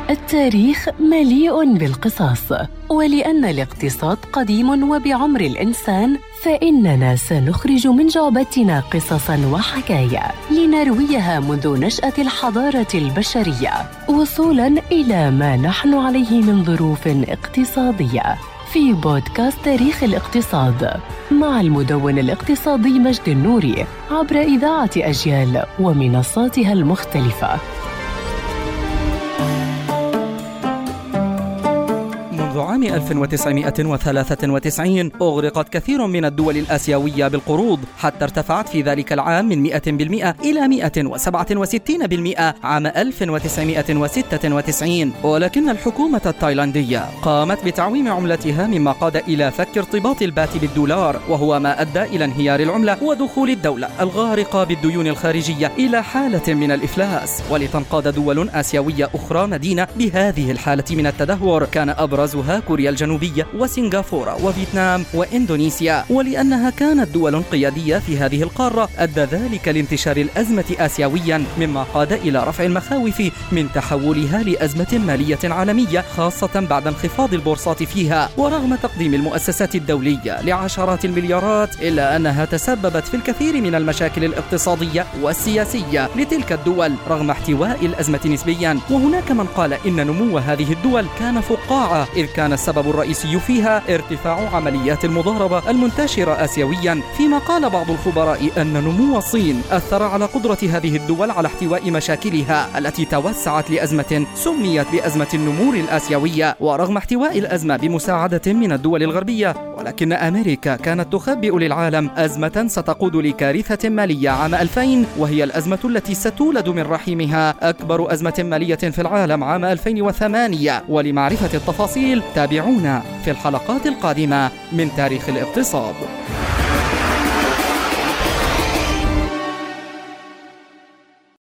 التاريخ مليء بالقصص، ولأن الاقتصاد قديم وبعمر الإنسان، فإننا سنخرج من جعبتنا قصصاً وحكايا لنرويها منذ نشأة الحضارة البشرية وصولاً إلى ما نحن عليه من ظروف اقتصادية، في بودكاست تاريخ الاقتصاد مع المدون الاقتصادي مجد النوري عبر إذاعة أجيال ومنصاتها المختلفة. منذ عام 1993 أغرقت كثير من الدول الآسيوية بالقروض، حتى ارتفعت في ذلك العام من 100% إلى 167% عام 1996. ولكن الحكومة التايلاندية قامت بتعويم عملتها، مما قاد إلى فك ارتباط البات بالدولار، وهو ما أدى إلى انهيار العملة ودخول الدولة الغارقة بالديون الخارجية إلى حالة من الإفلاس. ولتنقاد دول آسيوية أخرى مدينة بهذه الحالة من التدهور، كان أبرزها كوريا الجنوبية وسنغافورة وفيتنام وإندونيسيا. ولأنها كانت دول قيادية في هذه القارة، أدى ذلك لانتشار الأزمة آسيويا، مما قاد إلى رفع المخاوف من تحولها لأزمة مالية عالمية، خاصة بعد انخفاض البورصات فيها. ورغم تقديم المؤسسات الدولية لعشرات المليارات، إلا أنها تسببت في الكثير من المشاكل الاقتصادية والسياسية لتلك الدول رغم احتواء الأزمة نسبيا. وهناك من قال إن نمو هذه الدول كان فقاعة، إذ كان السبب الرئيسي فيها ارتفاع عمليات المضاربة المنتشرة آسيويا، فيما قال بعض الخبراء أن نمو الصين أثر على قدرة هذه الدول على احتواء مشاكلها التي توسعت لأزمة سميت بأزمة النمور الآسيوية. ورغم احتواء الأزمة بمساعدة من الدول الغربية، ولكن أمريكا كانت تخبئ للعالم أزمة ستقود لكارثة مالية عام 2000، وهي الأزمة التي ستولد من رحمها أكبر أزمة مالية في العالم عام 2008. ولمعرفة التفاصيل تابعونا في الحلقات القادمة من تاريخ الاقتصاد.